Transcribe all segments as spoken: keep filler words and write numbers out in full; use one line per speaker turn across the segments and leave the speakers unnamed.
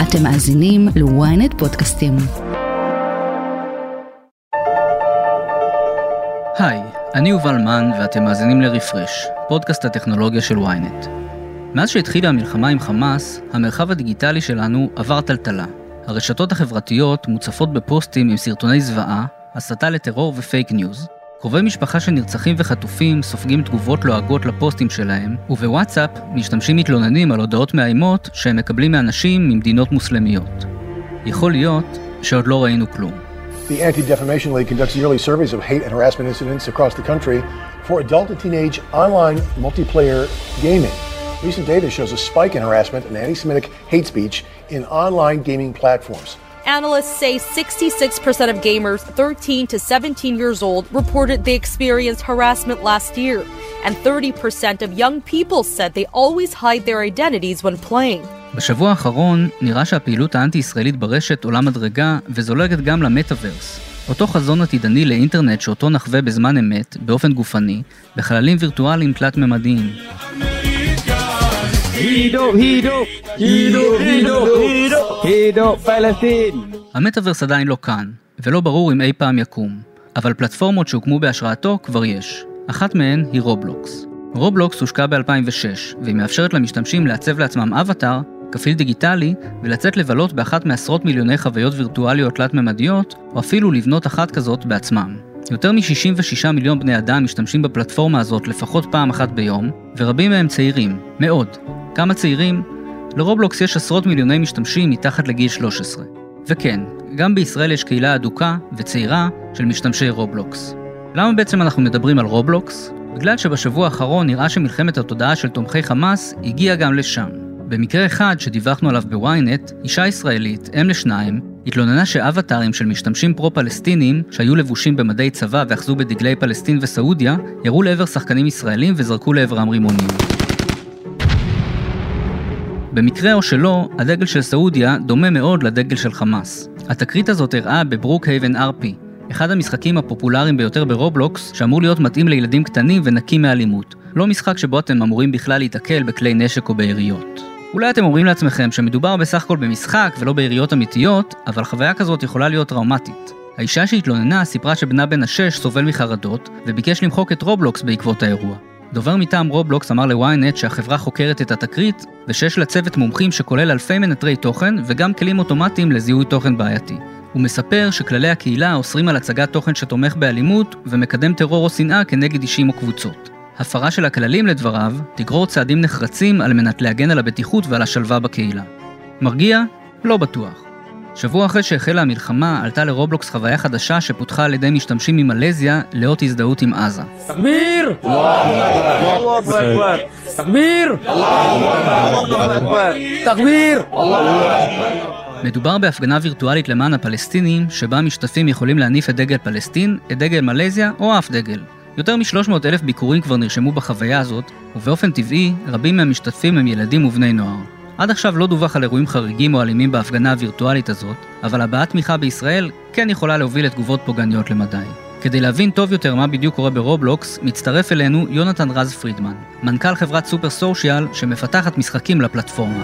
אתם מאזינים ל-ynet פודקאסטים.
היי, אני יובל מן ואתם מאזינים לרפרש, פודקאסט הטכנולוגיה של ynet. מאז שהתחילה המלחמה עם חמאס, המרחב הדיגיטלי שלנו עבר טלטלה. הרשתות החברתיות מוצפות בפוסטים עם סרטוני זוועה, הסתה לטרור ופייק ניוז. קרובי משפחה של נרצחים וחטופים סופגים תגובות לועגות לפוסטים שלהם, ובוואטסאפ משתמשים מתלוננים על הודעות מאיימות שהם מקבלים מאנשים ממדינות מוסלמיות. יכול להיות שעוד לא ראינו כלום.
The Anti-Defamation League conducts yearly surveys of hate and harassment incidents across the country for adult and teenage online multiplayer gaming. Recent data shows a spike in harassment and anti-Semitic hate speech in online gaming platforms.
Analysts say sixty-six percent of gamers thirteen to seventeen years old reported they experienced harassment last year, and thirty percent of young people said they always hide their identities when playing.
בשבוע האחרון נראה שהפעילות האנטי-ישראלית ברשת עולה מדרגה וזולגת גם למטאברס. אותו חזון עתידני לאינטרנט שאותו נחווה בזמן אמת, באופן גופני, בחללים וירטואליים תלת-ממדיים.
הידו, הידו, הידו, הידו, הידו, הידו, פלסטין.
המטאברס עדיין לא כאן, ולא ברור אם אי פעם יקום. אבל פלטפורמות שהוקמו בהשראתו כבר יש. אחת מהן היא רובלוקס. רובלוקס הושקע ב-אלפיים ושש, והיא מאפשרת למשתמשים לעצב לעצמם אבטר, כפיל דיגיטלי, ולצאת לבלות באחת מעשרות מיליוני חוויות וירטואליות תלת-ממדיות, או אפילו לבנות אחת כזאת בעצמם. יותר מ-שישים ושישה מיליון בני אדם משתמשים בפלטפורמה הזאת לפחות פעם אחת ביום, ורבים מהם צעירים, מאוד. כמה צעירים? לרובלוקס יש עשרות מיליוני משתמשים מתחת לגיל שלוש עשרה. וכן, גם בישראל יש קהילה אדוקה וצעירה של משתמשי רובלוקס. למה בעצם אנחנו מדברים על רובלוקס? בגלל שבשבוע האחרון נראה שמלחמת התודעה של תומכי חמאס הגיעה גם לשם. במקרה אחד שדיווחנו עליו בוויינט, אישה ישראלית, אם לשניים, התלוננה שאבטרים של משתמשים פרו-פלסטינים שהיו לבושים במדי צבא ואחזו בדגלי פלסטין וסעודיה, ירו לעבר שחקנים ישראלים וזרקו לעברם רימונים. במקרה או שלא, הדגל של סעודיה דומה מאוד לדגל של חמאס. התקרית הזאת הראה בברוק הייבן אר פי, אחד המשחקים הפופולריים ביותר ברובלוקס, שאמור להיות מתאים לילדים קטנים ונקי מאלימות. לא משחק שבו אתם אמורים בכלל להתעכל בכלי נשק או ביריות. אולי אתם אומרים לעצמכם שמדובר בסך הכל במשחק ולא ביריות אמיתיות, אבל חוויה כזאת יכולה להיות טראומטית. האישה שהתלוננה סיפרה שבנה בן השש סובל מחרדות, וביקש למחוק את רובלוקס בעקבות האירוע. דובר מטעם רובלוקס אמר לוויינט שהחברה חוקרת את התקרית, ושיש לה צוות מומחים שכולל אלפי מנטרי תוכן, וגם כלים אוטומטיים לזיהוי תוכן בעייתי. הוא מספר שכללי הקהילה אוסרים על הצגת תוכן שתומך באלימות, ומקדם טרור או שנאה כנגד אישים או קבוצות. הפרה של הכללים לדבריו תגרור צעדים נחרצים על מנת להגן על הבטיחות ועל השלווה בקהילה. מרגיע? לא בטוח. שבוע אחרי שהחלה המלחמה עלתה לרובלוקס חוויה חדשה שפותחה על ידי משתמשים ממלזיה לאות הזדהות עם עזה.
תכביר! תכביר! תכביר!
מדובר בהפגנה וירטואלית למען הפלסטינים שבה משתתפים יכולים להניף את דגל פלסטין, את דגל מלזיה או אף דגל. יותר מ-שלוש מאות אלף ביקורים כבר נרשמו בחוויה הזאת, ובאופן טבעי רבים מהמשתתפים הם ילדים ובני נוער. עד עכשיו לא דווח על אירועים חריגים או אלימים בהפגנה הווירטואלית הזאת, אבל הבעת תמיכה בישראל כן יכולה להוביל לתגובות פוגעניות למדי. כדי להבין טוב יותר מה בדיוק קורה ברובלוקס, מצטרף אלינו יונתן רז פרידמן, מנכ"ל חברת סופר סושיאל שמפתחת משחקים לפלטפורמה.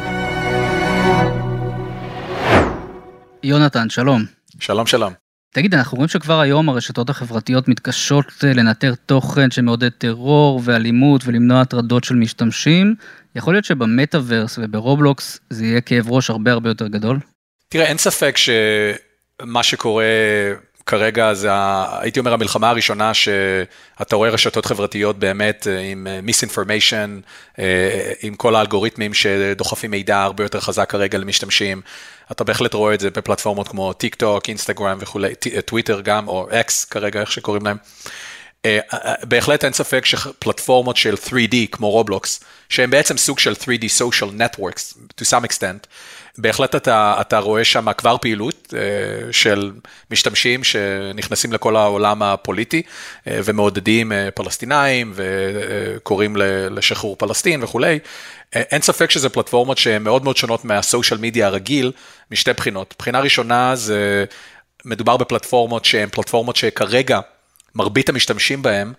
יונתן, שלום.
שלום, שלום.
תגיד, אנחנו רואים שכבר היום הרשתות החברתיות מתקשות לנטר תוכן שמעודד טרור ואלימות ולמנוע הטרדות של משתמשים. יכול להיות שבמטאברס וברובלוקס זה יהיה כאב ראש הרבה הרבה יותר גדול?
תראה, אין ספק שמה שקורה כרגע זה, הייתי אומר, המלחמה הראשונה שאתה רואה רשתות חברתיות באמת עם misinformation, עם כל האלגוריתמים שדוחפים מידע הרבה יותר חזק כרגע למשתמשים. אתה בהחלט רואה את זה בפלטפורמות כמו טיק טוק, אינסטגרם וכולי, טוויטר גם, או אקס כרגע, איך שקוראים להם. בהחלט אין ספק שפלטפורמות של תרי די כמו רובלוקס, שהן בעצם סוג של תרי די social networks, to some extent, בהחלט אתה, אתה רואה שם כבר פעילות של משתמשים שנכנסים לכל העולם הפוליטי, ומעודדים פלסטינאים, וקוראים לשחרור פלסטין וכולי. אין ספק שזה פלטפורמות שהן מאוד מאוד שונות מהסושיאל מדיה הרגיל, משתי בחינות. בחינה ראשונה זה מדובר בפלטפורמות שהן פלטפורמות שכרגע מרבית המשתמשים בהם,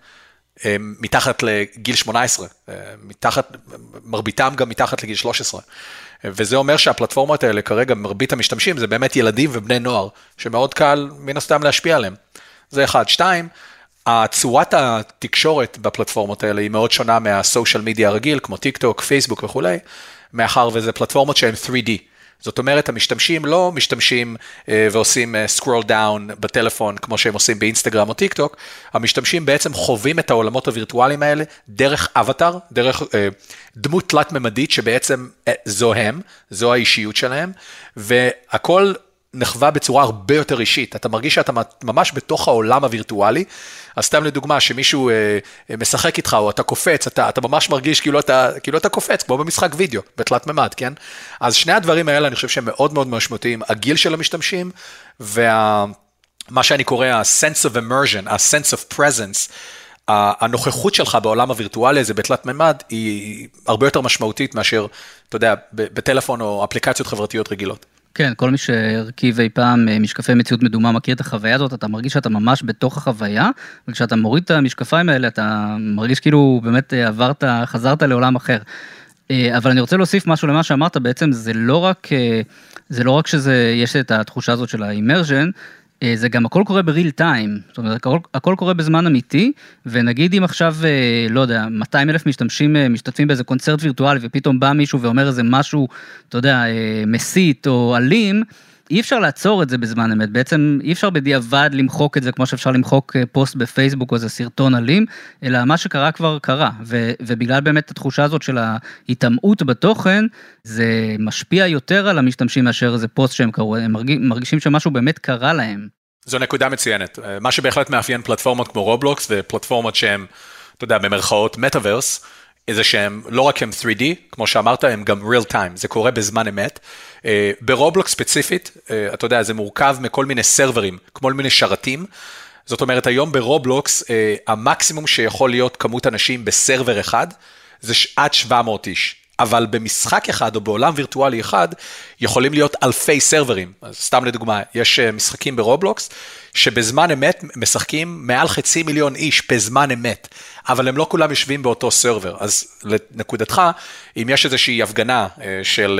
מתחת לגיל שמונה עשרה, מתחת, מרביתם גם מתחת לגיל שלוש עשרה. וזה אומר שהפלטפורמות האלה כרגע, מרבית המשתמשים, זה באמת ילדים ובני נוער, שמאוד קל מן הסתם להשפיע עליהם. זה אחד. שתיים, הצורת התקשורת בפלטפורמות האלה היא מאוד שונה מהסושיאל מדיה הרגיל, כמו טיק טוק, פייסבוק וכולי, מאחר וזה פלטפורמות שהן תרי די. זאת אומרת, המשתמשים לא משתמשים אה, ועושים אה, scroll down בטלפון, כמו שהם עושים באינסטגרם או טיק טוק, המשתמשים בעצם חווים את העולמות הווירטואליים האלה, דרך אבטר, דרך אה, דמות תלת-ממדית, שבעצם אה, זו הם, זו האישיות שלהם, והכל נחווה בצורה הרבה יותר אישית, אתה מרגיש שאתה ממש בתוך העולם הווירטואלי, אז סתם לדוגמה, שמישהו אה, משחק איתך, או אתה קופץ, אתה, אתה ממש מרגיש כאילו אתה, כאילו אתה קופץ, כמו במשחק וידאו, בתלת ממד, כן? אז שני הדברים האלה, אני חושב שהם מאוד מאוד משמעותיים, הגיל של המשתמשים, ומה שאני קורא, ה-sense of immersion, ה-sense of presence, הנוכחות שלך בעולם הווירטואלי הזה בתלת ממד, היא הרבה יותר משמעותית מאשר, אתה יודע, בטלפון או אפליקציות חברתיות רגילות.
כן, כל מי שהרכיב אי פעם משקפי מציאות מדומה מכיר את החוויה הזאת, אתה מרגיש שאתה ממש בתוך החוויה, וכשאתה מוריד את המשקפיים האלה, אתה מרגיש כאילו באמת עברת, חזרת לעולם אחר. אבל אני רוצה להוסיף משהו למה שאמרת, בעצם זה לא רק, זה לא רק שזה, יש את התחושה הזאת של האימרז'ן, זה גם הכל קורה בריל טיים, זאת אומרת, הכל, הכל קורה בזמן אמיתי, ונגיד אם עכשיו, לא יודע, מאתיים אלף משתמשים, משתתפים באיזה קונצרט וירטואלי, ופתאום בא מישהו ואומר איזה משהו, אתה יודע, מסית או אלים, אי אפשר לעצור את זה בזמן אמת, בעצם אי אפשר בדיעבד למחוק את זה, כמו שאפשר למחוק פוסט בפייסבוק או איזה סרטון אלים, אלא מה שקרה כבר קרה, ו, ובגלל באמת התחושה הזאת של ההתאמעות בתוכן, זה משפיע יותר על המשתמשים מאשר איזה פוסט שהם קראו, הם מרגישים שמשהו באמת קרה להם.
זו נקודה מצוינת, מה שבהחלט מאפיין פלטפורמות כמו רובלוקס, ופלטפורמות שהן, אתה יודע, במרכאות מטאברס, איזה שהם, לא רק הם תרי די, כמו שאמרת, הם גם real time, זה קורה בזמן אמת. ברובלוקס ספציפית, אתה יודע, זה מורכב מכל מיני סרברים, כל מיני שרתים. זאת אומרת, היום ברובלוקס, המקסימום שיכול להיות כמות אנשים בסרבר אחד, זה עד שבע מאות איש. אבל במשחק אחד או בעולם וירטואלי אחד, יכולים להיות אלפי סרברים. אז סתם לדוגמה, יש משחקים ברובלוקס, שבזמן אמת משחקים מעל חצי מיליון איש בזמן אמת, אבל הם לא כולם יושבים באותו סרבר. אז לנקודתך, אם יש איזושהי הפגנה של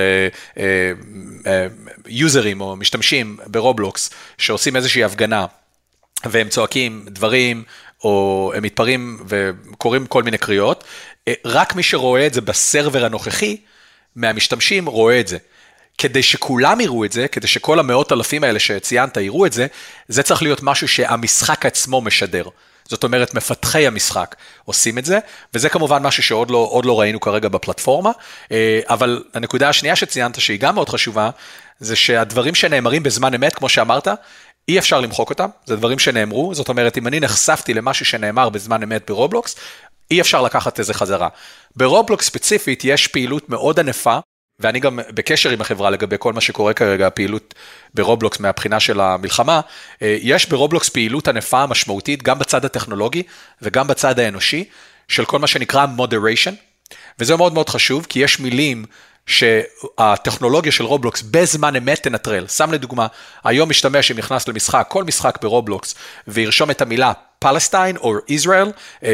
יוזרים או משתמשים ברובלוקס, שעושים איזושהי הפגנה, והם צועקים דברים, או הם מתפרים וקוראים כל מיני קריאות, רק מי שרואה את זה בסרבר הנוכחי, מהמשתמשים רואה את זה. כדי שכולם יראו את זה, כדי שכל המאות אלפים האלה שציינת יראו את זה, זה צריך להיות משהו שהמשחק עצמו משדר. זאת אומרת, מפתחי המשחק עושים את זה, וזה כמובן משהו שעוד לא, עוד לא ראינו כרגע בפלטפורמה, אבל הנקודה השנייה שציינת, שהיא גם מאוד חשובה, זה שהדברים שנאמרים בזמן אמת, כמו שאמרת, אי אפשר למחוק אותם, זה דברים שנאמרו, זאת אומרת, אם אני נחשפתי למשהו שנאמר בזמן אמת ברובלוקס, אי אפשר לקחת איזה חזרה. ברובלוקס ספציפית יש פעילות מאוד ענפה, ואני גם בקשר עם החברה לגבי כל מה שקורה כרגע, הפעילות ברובלוקס מהבחינה של המלחמה, יש ברובלוקס פעילות ענפה משמעותית, גם בצד הטכנולוגי וגם בצד האנושי, של כל מה שנקרא moderation, וזה מאוד מאוד חשוב, כי יש מילים שהטכנולוגיה של רובלוקס בזמן אמת תנטרל. שם לדוגמה, היום משתמש אם נכנס למשחק, כל משחק ברובלוקס, וירשום את המילה פלסטיין או ישראל,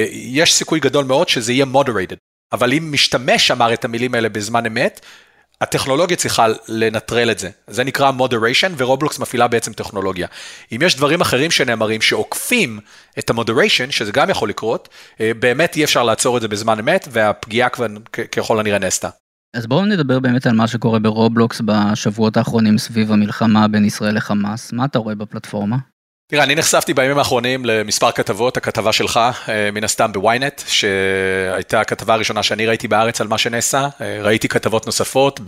יש סיכוי גדול מאוד שזה יהיה moderated. אבל אם משתמש אמר את המילים האלה בזמן אמת, הטכנולוגיה צריכה לנטרל את זה. זה נקרא moderation, ורובלוקס מפעילה בעצם טכנולוגיה. אם יש דברים אחרים שנאמרים שעוקפים את ה-moderation, שזה גם יכול לקרות, באמת אי אפשר לעצור את זה בזמן אמת, והפגיעה כבר ככל הנראה נעשתה.
אז בואו נדבר באמת על מה שקורה ברובלוקס בשבועות האחרונים סביב המלחמה בין ישראל לחמאס. מה אתה רואה בפלטפורמה?
תראה, אני נחשפתי בימים האחרונים למספר כתבות, הכתבה שלך, מן הסתם בוויינט, שהייתה הכתבה הראשונה שאני ראיתי בארץ על מה שנעשה, ראיתי כתבות נוספות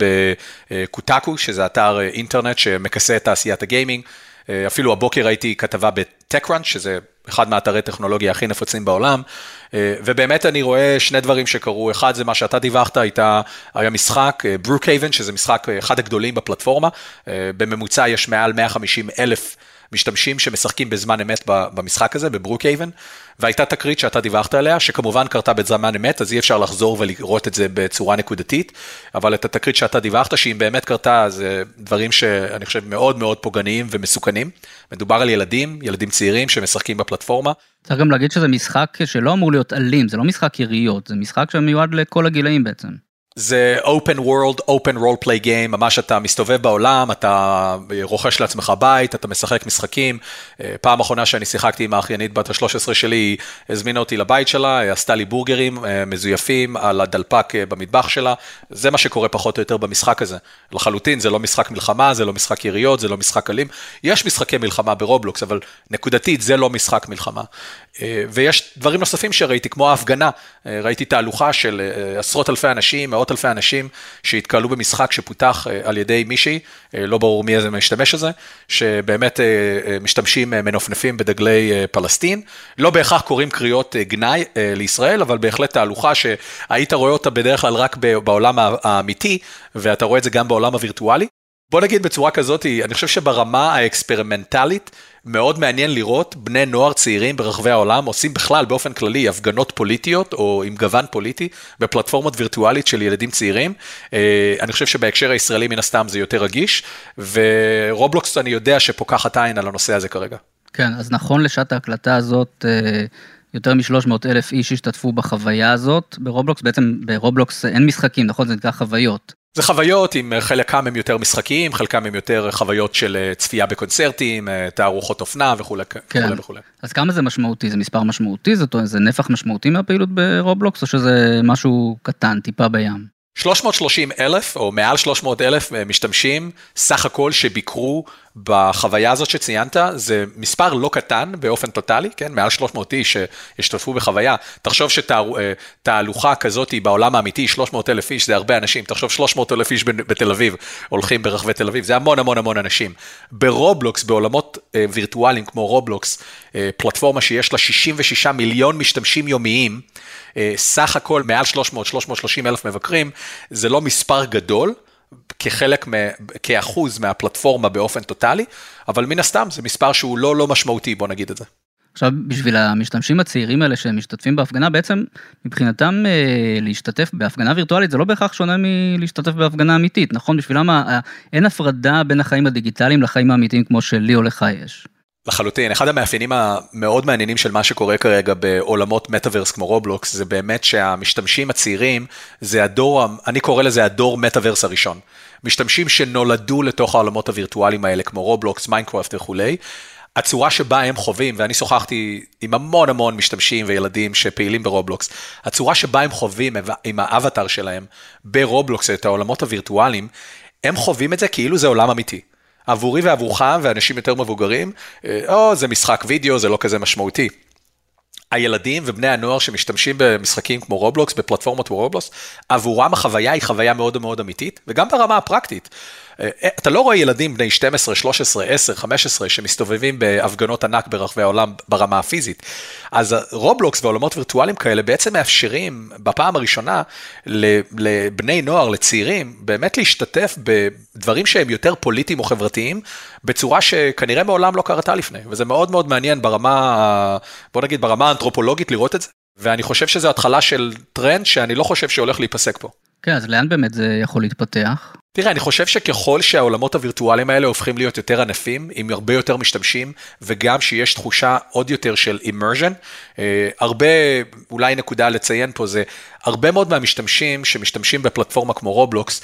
בקוטקו, שזה אתר אינטרנט שמכסה את תעשיית הגיימינג, אפילו הבוקר ראיתי כתבה בטקראנץ', שזה אחד מהאתרי טכנולוגיה הכי נפוצים בעולם, ובאמת אני רואה שני דברים שקרו, אחד זה מה שאתה דיווחת, הייתה, היה משחק, ברוקהייבן, שזה משחק אחד הגדולים בפלטפורמה, בממוצע יש מעל מאה וחמישים אלף משתמשים שמשחקים בזמן אמת במשחק הזה, בברוקהייבן, והייתה תקרית שאתה דיווחת עליה, שכמובן קרתה בזמן אמת, אז אי אפשר לחזור ולראות את זה בצורה נקודתית, אבל את התקרית שאתה דיווחת, שאם באמת קרתה, זה דברים שאני חושב מאוד מאוד פוגעניים ומסוכנים. מדובר על ילדים, ילדים צעירים שמשחקים בפלטפורמה.
צריך גם להגיד שזה משחק שלא אמור להיות אלים, זה לא משחק יריות, זה משחק שמיועד לכל הגילאים בעצם.
זה open world, open role play game, ממש אתה מסתובב בעולם, אתה רוכש לעצמך בית, אתה משחק משחקים. פעם אחרונה שאני שיחקתי עם האחיינית בת ה-שלוש עשרה שלי, היא הזמינה אותי לבית שלה, היא עשתה לי בורגרים מזויפים על הדלפק במטבח שלה. זה מה שקורה פחות או יותר במשחק הזה. לחלוטין, זה לא משחק מלחמה, זה לא משחק יריות, זה לא משחק אלים. יש משחקי מלחמה ברובלוקס, אבל נקודתית זה לא משחק מלחמה. ויש דברים נוספים שראיתי, כמו ההפגנה, ראיתי תהלוכה של עשרות אלפי אנשים, מאות אלפי אנשים שהתקהלו במשחק שפותח על ידי מישהי, לא ברור מי איזה משתמש הזה, שבאמת משתמשים מנופנפים בדגלי פלסטין, לא בהכרח קוראים קריאות גנאי לישראל, אבל בהחלט תהלוכה שהיית רואה אותה בדרך כלל רק בעולם האמיתי, ואתה רואה את זה גם בעולם הווירטואלי. בוא נגיד בצורה כזאת, אני חושב שברמה האקספרימנטלית, מאוד מעניין לראות בני נוער צעירים ברחבי העולם, עושים בכלל באופן כללי הפגנות פוליטיות, או עם גוון פוליטי, בפלטפורמות וירטואלית של ילדים צעירים. אני חושב שבהקשר הישראלי מן הסתם זה יותר רגיש, ורובלוקס אני יודע שפוקחת עין על הנושא הזה כרגע.
כן, אז נכון לשעת ההקלטה הזאת, יותר מ-שלוש מאות אלף איש השתתפו בחוויה הזאת ברובלוקס, בעצם ברובלוקס אין משחקים, נכון? זה נקרא חוויות.
זה חוויות, עם חלקם הם יותר משחקיים, חלקם הם יותר חוויות של צפייה בקונצרטים, תערוכות אופנה וכו'
כן. וכו'. אז כמה זה משמעותי? זה מספר משמעותי? זה, זה נפח משמעותי מהפעילות ברובלוקס, או שזה משהו קטן, טיפה בים?
שלוש מאות ושלושים אלף, או מעל שלוש מאות אלף משתמשים, סך הכל שביקרו בחוויה הזאת שציינת, זה מספר לא קטן באופן טוטלי, כן? מעל שלוש מאות איש שהשתתפו בחוויה. תחשוב שתהלוכה כזאת היא בעולם האמיתי, שלוש מאות אלף איש, זה הרבה אנשים. תחשוב שלוש מאות אלף איש בתל אביב, הולכים ברחבי תל אביב, זה המון המון המון אנשים. ברובלוקס, בעולמות וירטואליים כמו רובלוקס, פלטפורמה שיש לה שישים ושישה מיליון משתמשים יומיים, סך הכל מעל שלוש מאות שלוש מאות ושלושים אלף מבקרים, זה לא מספר גדול, כחלק, כאחוז מהפלטפורמה באופן טוטלי, אבל מן הסתם זה מספר שהוא לא לא משמעותי, בוא נגיד את זה.
עכשיו, בשביל המשתמשים הצעירים האלה שהם משתתפים בהפגנה, בעצם מבחינתם להשתתף בהפגנה וירטואלית, זה לא בהכרח שונה מלהשתתף בהפגנה אמיתית, נכון? בשבילם אין הפרדה בין החיים הדיגיטליים לחיים האמיתיים כמו שלי או לך יש.
לחלוטין, אחד המאפיינים המאוד מעניינים של מה שקורה כרגע בעולמות מטאברס כמו רובלוקס, זה באמת שהמשתמשים הצעירים, זה הדור, אני קורא לזה הדור מטאברס הראשון. משתמשים שנולדו לתוך העולמות הווירטואליים האלה, כמו רובלוקס, מיינקראפט וכו'. הצורה שבה הם חווים, ואני שוחחתי עם המון המון משתמשים וילדים שפעילים ברובלוקס, הצורה שבה הם חווים עם האבטר שלהם ברובלוקס, את העולמות הווירטואליים, הם חווים את זה כאילו זה עולם אמיתי. עבורי ועבורך ואנשים יותר מבוגרים, או זה משחק וידאו, זה לא כזה משמעותי. הילדים ובני הנוער שמשתמשים במשחקים כמו רובלוקס, בפלטפורמות רובלוקס, עבורם החוויה היא חוויה מאוד מאוד אמיתית, וגם ברמה הפרקטית. אתה לא רואה ילדים בני שתים עשרה, שלוש עשרה, עשר, חמש עשרה שמסתובבים בהפגנות ענק ברחבי העולם ברמה הפיזית. אז רובלוקס ועולמות וירטואליים כאלה בעצם מאפשרים בפעם הראשונה לבני נוער, לצעירים, באמת להשתתף בדברים שהם יותר פוליטיים או חברתיים, בצורה שכנראה מעולם לא קרתה לפני. וזה מאוד מאוד מעניין ברמה, בוא נגיד ברמה האנתרופולוגית לראות את זה. ואני חושב שזו התחלה של טרנד שאני לא חושב שהולך להיפסק פה.
כן, אז לאן באמת זה יכול להתפתח?
תראה, אני חושב שככל שהעולמות הווירטואליים האלה הופכים להיות יותר ענפים, עם הרבה יותר משתמשים, וגם שיש תחושה עוד יותר של immersion, הרבה, אולי נקודה לציין פה זה, הרבה מאוד מהמשתמשים שמשתמשים בפלטפורמה כמו רובלוקס,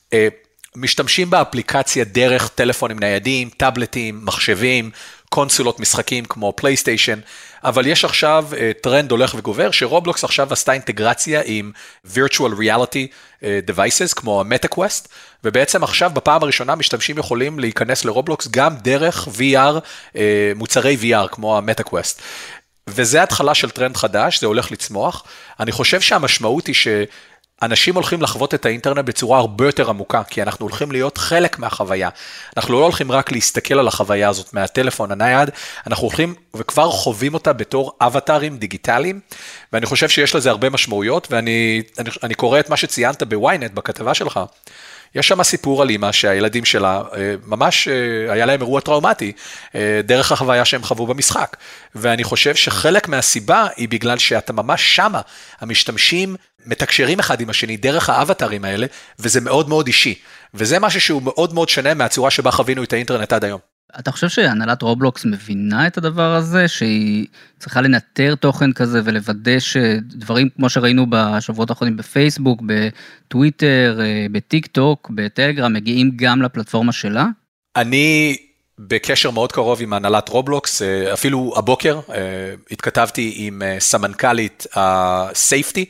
משתמשים באפליקציה דרך טלפונים ניידים, טאבלטים, מחשבים, קונסולות משחקים כמו פלייסטיישן, אבל יש עכשיו טרנד הולך וגובר, שרובלוקס עכשיו עשתה אינטגרציה עם virtual reality devices, כמו המטה-קווסט, ובעצם עכשיו בפעם הראשונה משתמשים יכולים להיכנס לרובלוקס גם דרך וי אר, מוצרי וי אר כמו המטה-קווסט. וזה התחלה של טרנד חדש, זה הולך לצמוח. אני חושב שהמשמעות היא ש... אנשים הולכים לחוות את האינטרנט בצורה הרבה יותר עמוקה, כי אנחנו הולכים להיות חלק מהחוויה. אנחנו לא הולכים רק להסתכל על החוויה הזאת מהטלפון הנייד, אנחנו הולכים וכבר חווים אותה בתור אבטרים דיגיטליים, ואני חושב שיש לזה הרבה משמעויות, ואני אני, אני קורא את מה שציינת בוויינט, בכתבה שלך. יש שם סיפור על אמא שהילדים שלה, ממש היה להם אירוע טראומטי, דרך החוויה שהם חוו במשחק. ואני חושב שחלק מהסיבה היא בגלל שאתה ממש שמה, המשתמשים מתקשרים אחד עם השני דרך האבטרים האלה, וזה מאוד מאוד אישי. וזה משהו שהוא מאוד מאוד שונה מהצורה שבה חווינו את האינטרנט עד היום.
אתה חושב שהנהלת רובלוקס מבינה את הדבר הזה, שהיא צריכה לנטר תוכן כזה ולוודא שדברים כמו שראינו בשבועות האחרונים בפייסבוק, בטוויטר, בטיק טוק, בטלגרם, מגיעים גם לפלטפורמה שלה?
אני בקשר מאוד קרוב עם הנהלת רובלוקס, אפילו הבוקר התכתבתי עם סמנכ"לית הסייפטי,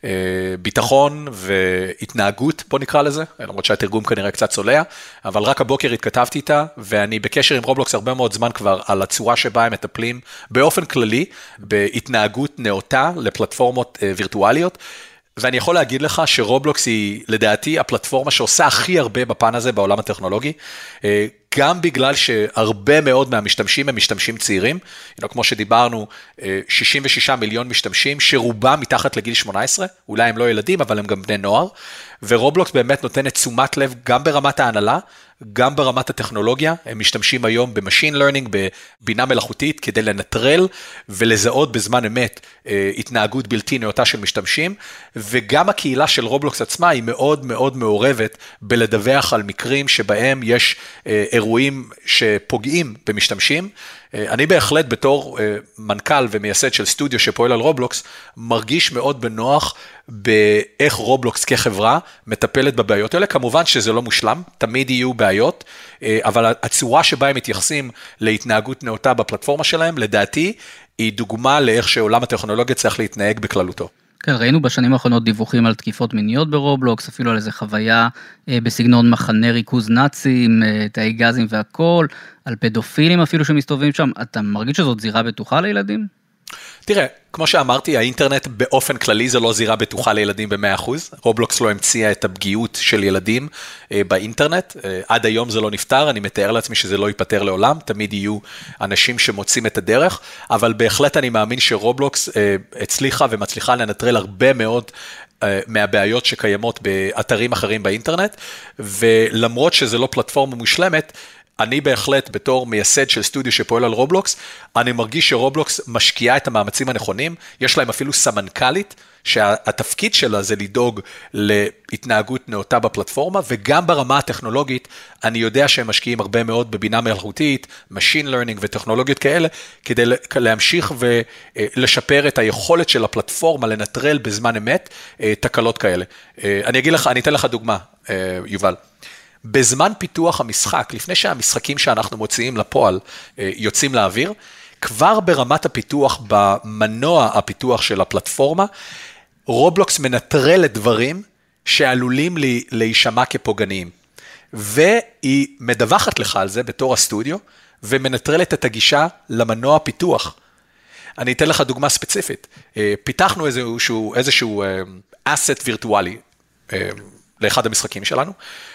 ביטחון והתנהגות, בוא נקרא לזה, למרות שהתרגום כנראה קצת צולע, אבל רק הבוקר התכתבתי איתה, ואני בקשר עם רובלוקס הרבה מאוד זמן כבר על הצורה שבה הם מטפלים, באופן כללי, בהתנהגות נאותה לפלטפורמות וירטואליות, ואני יכול להגיד לך שרובלוקס היא לדעתי הפלטפורמה שעושה הכי הרבה בפן הזה בעולם הטכנולוגי, גם בגלל שהרבה מאוד מהמשתמשים הם משתמשים צעירים, כמו שדיברנו, שישים ושישה מיליון משתמשים, שרובם מתחת לגיל שמונה עשרה, אולי הם לא ילדים, אבל הם גם בני נוער, ורובלוקס באמת נותנת תשומת לב גם ברמת ההנהלה, גם ברמת הטכנולוגיה, הם משתמשים היום במשין לרנינג, בבינה מלאכותית, כדי לנטרל ולזהות בזמן אמת התנהגות בלתי נאותה של משתמשים, וגם הקהילה של רובלוקס עצמה היא מאוד מאוד מעורבת בלדווח על מקרים שבהם יש אירועים שפוגעים במשתמשים. אני בהחלט בתור מנכ"ל ומייסד של סטודיו שפועל על רובלוקס, מרגיש מאוד בנוח באיך רובלוקס כחברה מטפלת בבעיות האלה. כמובן שזה לא מושלם, תמיד יהיו בעיות, אבל הצורה שבה הם מתייחסים להתנהגות נאותה בפלטפורמה שלהם, לדעתי, היא דוגמה לאיך שעולם הטכנולוגיה צריך להתנהג בכללותו.
כן, ראינו בשנים האחרונות דיווחים על תקיפות מיניות ברובלוקס, אפילו על איזה חוויה בסגנון מחנה ריכוז נאצים, תאי גזים והכל, על פדופילים אפילו שמסתובבים שם. אתה מרגיש שזאת זירה בטוחה לילדים?
תראה, כמו שאמרתי, האינטרנט באופן כללי זה לא זירה בטוחה לילדים ב-מאה אחוז. רובלוקס לא המציאה את הפגיעות של ילדים באינטרנט. עד היום זה לא נפתר, אני מתאר לעצמי שזה לא ייפטר לעולם, תמיד יהיו אנשים שמוצאים את הדרך, אבל בהחלט אני מאמין שרובלוקס הצליחה ומצליחה לנטרל הרבה מאוד מהבעיות שקיימות באתרים אחרים באינטרנט, ולמרות שזה לא פלטפורמה מושלמת, אני בהחלט בתור מייסד של סטודיו שפועל על רובלוקס, אני מרגיש שרובלוקס משקיעה את המאמצים הנכונים, יש להם אפילו סמנכ"לית, שהתפקיד שלה זה לדאוג להתנהגות נאותה בפלטפורמה, וגם ברמה הטכנולוגית, אני יודע שהם משקיעים הרבה מאוד בבינה מלאכותית, Machine Learning וטכנולוגיות כאלה, כדי להמשיך ולשפר את היכולת של הפלטפורמה, לנטרל בזמן אמת תקלות כאלה. אני אגיד לך, אני אתן לך דוגמה, יובל. בזמן פיתוח המשחק, לפני שהמשחקים שאנחנו מוציאים לפועל יוצאים לאוויר, כבר ברמת הפיתוח, במנוע הפיתוח של הפלטפורמה, רובלוקס מנטרלת דברים שעלולים לי, להישמע כפוגעניים. והיא מדווחת לך על זה בתור הסטודיו, ומנטרלת את הגישה למנוע הפיתוח. אני אתן לך דוגמה ספציפית. פיתחנו איזשהו, איזשהו אסט וירטואלי לאחד המשחקים שלנו,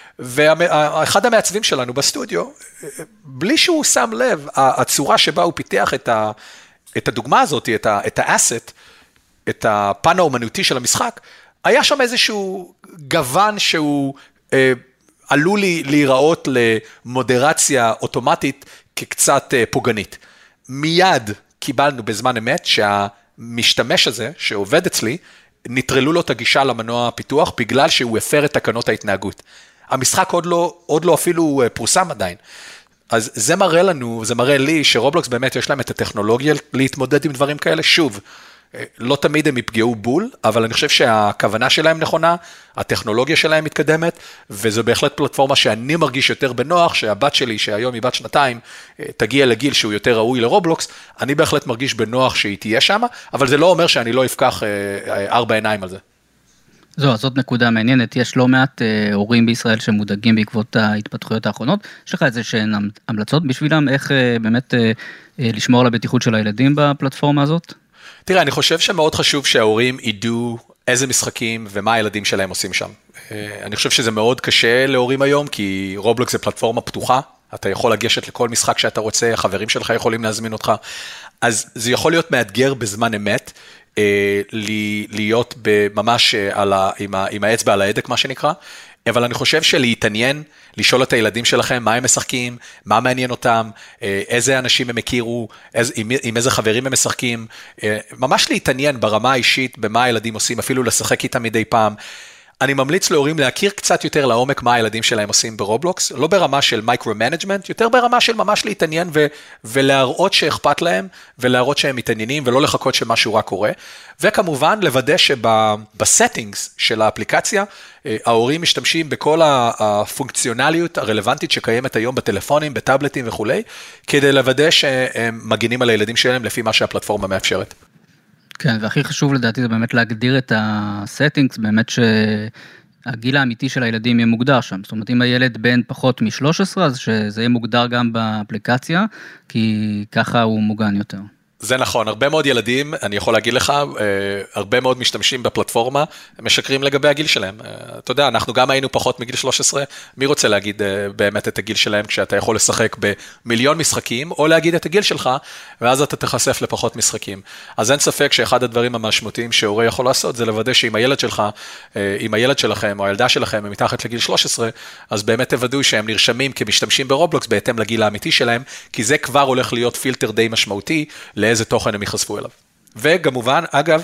ואחד המעצבים שלנו בסטודיו, בלי שהוא שם לב, הצורה שבה הוא פיתח את, ה, את הדוגמה הזאת, את, ה, את האסט, את הפן האומנותי של המשחק, היה שם איזשהו גוון שהוא אה, עלול להיראות למודרציה אוטומטית כקצת אה, פוגענית. מיד קיבלנו בזמן אמת שהמשתמש הזה שעובד אצלי, נטרלו לו את הגישה למנוע הפיתוח, בגלל שהוא הפר את תקנות ההתנהגות. המשחק עוד לא, עוד לא אפילו פורסם עדיין. אז זה מראה לנו, זה מראה לי שרובלוקס באמת יש להם את הטכנולוגיה להתמודד עם דברים כאלה. שוב, לא תמיד הם יפגעו בול, אבל אני חושב שהכוונה שלהם נכונה, הטכנולוגיה שלהם מתקדמת, וזו בהחלט פלטפורמה שאני מרגיש יותר בנוח, שהבת שלי, שהיום היא בת שנתיים, תגיע לגיל שהוא יותר ראוי לרובלוקס, אני בהחלט מרגיש בנוח שהיא תהיה שם, אבל זה לא אומר שאני לא אפקח ארבע עיניים על זה.
זו, אז זאת נקודה מעניינת, יש לא מעט אה, הורים בישראל שמודאגים בעקבות ההתפתחויות האחרונות, יש לך איזה שהן המלצות בשבילם, איך אה, באמת אה, אה, לשמור על הבטיחות של הילדים בפלטפורמה הזאת?
תראה, אני חושב שמאוד חשוב שההורים ידעו איזה משחקים ומה הילדים שלהם עושים שם. אה, אני חושב שזה מאוד קשה להורים היום, כי רובלוקס זה פלטפורמה פתוחה, אתה יכול לגשת לכל משחק שאתה רוצה, החברים שלך יכולים להזמין אותך, אז זה יכול להיות מאתגר בזמן אמת, להיות ממש עם האצבע על ההדק, מה שנקרא, אבל אני חושב שלהתעניין, לשאול את הילדים שלכם, מה הם משחקים, מה מעניין אותם, איזה אנשים הם הכירו, עם איזה חברים הם משחקים, ממש להתעניין ברמה האישית, במה הילדים עושים, אפילו לשחק איתם מדי פעם. אני ממליץ להורים להכיר קצת יותר לעומק מה הילדים שלהם עושים ברובלוקס, לא ברמה של מייקרו-מנג'מנט, יותר ברמה של ממש להתעניין ו- ולהראות שאכפת להם, ולהראות שהם מתעניינים, ולא לחכות שמשהו רק קורה. וכמובן, לוודא שבסטינגס של האפליקציה, ההורים משתמשים בכל הפונקציונליות הרלוונטית שקיימת היום בטלפונים, בטאבלטים וכו', כדי לוודא שהם מגינים על הילדים שלהם לפי מה שהפלטפורמה מאפשרת.
כן, והכי חשוב לדעתי זה באמת להגדיר את ה-settings, באמת שהגיל האמיתי של הילדים יהיה מוגדר שם. זאת אומרת, אם הילד בן פחות מ-שלוש עשרה, אז שזה יהיה מוגדר גם באפליקציה, כי ככה הוא מוגן יותר.
זה נכון, הרבה מאוד ילדים, אני יכול להגיד לך, הרבה מאוד משתמשים בפלטפורמה, משקרים לגבי הגיל שלהם. אתה יודע, אנחנו גם היינו פחות מגיל שלוש עשרה, מי רוצה להגיד באמת את הגיל שלהם, כשאתה יכול לשחק במיליון משחקים, או להגיד את הגיל שלך, ואז אתה תחשף לפחות משחקים. אז אין ספק שאחד הדברים המשמעותיים שההורה יכול לעשות, זה לוודא שאם הילד שלך, אם הילד שלכם או הילדה שלכם הם מתחת לגיל שלוש עשרה, אז באמת תוודאו שהם נרשמים כמשתמשים ברובלוקס בהתאם לגיל האמיתי שלהם, כי זה כבר הולך להיות פילטר די משמעותי לאיזה תוכן הם יחשפו אליו. וכמובן, אגב,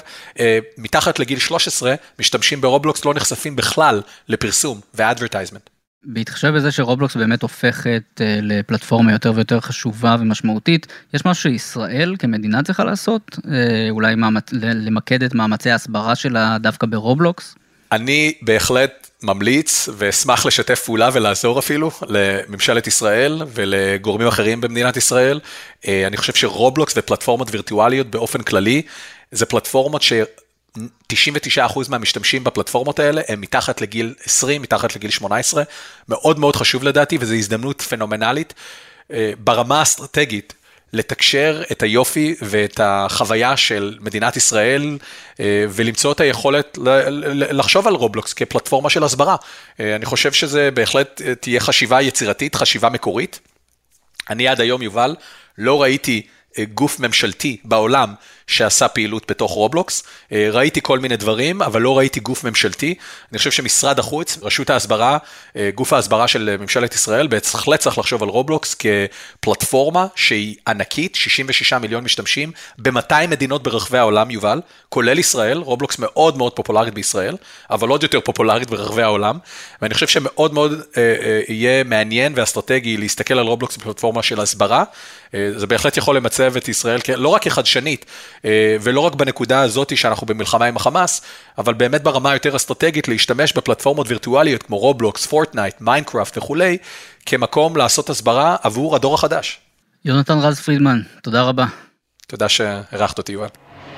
מתחת לגיל שלוש עשרה, משתמשים ברובלוקס לא נחשפים בכלל לפרסום ו-advertisement.
בהתחשב בזה שרובלוקס באמת הופכת לפלטפורמה יותר ויותר חשובה ומשמעותית, יש משהו שישראל כמדינה צריכה לעשות? אולי למקד את מאמצי ההסברה שלה דווקא ברובלוקס?
אני בהחלט ממליץ ואשמח לשתף פעולה ולעזור אפילו לממשלת ישראל ולגורמים אחרים במדינת ישראל. אני חושב שרובלוקס ופלטפורמות וירטואליות באופן כללי, זה פלטפורמות ש-תשעים ותשעה אחוז מהמשתמשים בפלטפורמות האלה הם מתחת לגיל עשרים, מתחת לגיל שמונה עשרה, מאוד מאוד חשוב לדעתי, וזו הזדמנות פנומנלית ברמה האסטרטגית, לתקשר את היופי ואת החוויה של מדינת ישראל, ולמצוא את היכולת לחשוב על רובלוקס כפלטפורמה של הסברה. אני חושב שזה בהחלט תהיה חשיבה יצירתית, חשיבה מקורית. אני עד היום, יובל, לא ראיתי גוף ממשלתי בעולם שעשה פעילות בתוך רובלוקס. ראיתי כל מיני דברים, אבל לא ראיתי גוף ממשלתי. אני חושב שמשרד החוץ, רשות ההסברה, גוף ההסברה של ממשלת ישראל, בהחלט צריך לחשוב על רובלוקס כפלטפורמה שהיא ענקית, שישים ושישה מיליון משתמשים, ב-מאתיים מדינות ברחבי העולם, יובל, כולל ישראל. רובלוקס מאוד מאוד פופולרית בישראל, אבל עוד יותר פופולרית ברחבי העולם. ואני חושב שמאוד מאוד יהיה מעניין ואסטרטגי להסתכל על רובלוקס בפלטפורמה של הסברה. זה בהחלט יכול למצב את ישראל לא רק כחדשנית, ולא רק בנקודה הזאת שאנחנו במלחמה עם החמאס, אבל באמת ברמה יותר אסטרטגית להשתמש בפלטפורמות וירטואליות כמו רובלוקס, פורטנייט, מיינקראפט וכולי, כמקום לעשות הסברה עבור הדור החדש.
יונתן רז פרידמן, תודה רבה.
תודה שערכת אותי, יובל.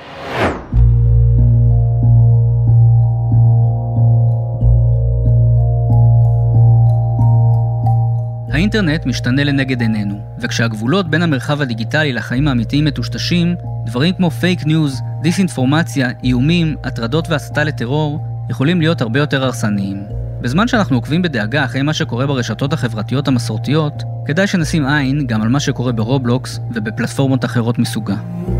האינטרנט משתנה לנגד עינינו, וכשהגבולות בין המרחב הדיגיטלי לחיים האמיתיים מטושטשים, דברים כמו פייק ניוז, דיסאינפורמציה, איומים, הטרדות והסתה לטרור, יכולים להיות הרבה יותר הרסניים. בזמן שאנחנו עוקבים בדאגה אחרי מה שקורה ברשתות החברתיות המסורתיות, כדאי שנשים עין גם על מה שקורה ברובלוקס ובפלטפורמות אחרות מסוגה.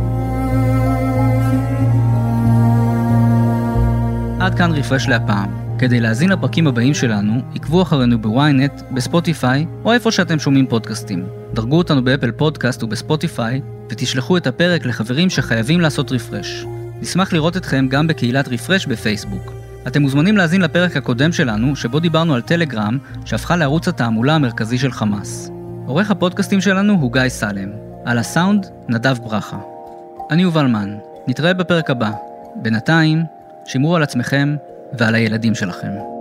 עד כאן רפרש להפעם. כדי להזין לפרקים הבאים שלנו, עקבו אחרינו בוויינט, בספוטיפיי, או איפה שאתם שומעים פודקאסטים. דרגו אותנו באפל פודקאסט ובספוטיפיי, ותשלחו את הפרק לחברים שחייבים לעשות רפרש. נשמח לראות אתכם גם בקהילת רפרש בפייסבוק. אתם מוזמנים להזין לפרק הקודם שלנו, שבו דיברנו על טלגרם, שהפכה לערוץ התעמולה המרכזי של חמאס. עורך הפודקאסטים שלנו הוא גיא סלם. על הסאונד, נדב ברכה. אני יובל מן. נתראה בפרק הבא. בינתיים, שמרו על עצמכם ועל הילדים שלכם.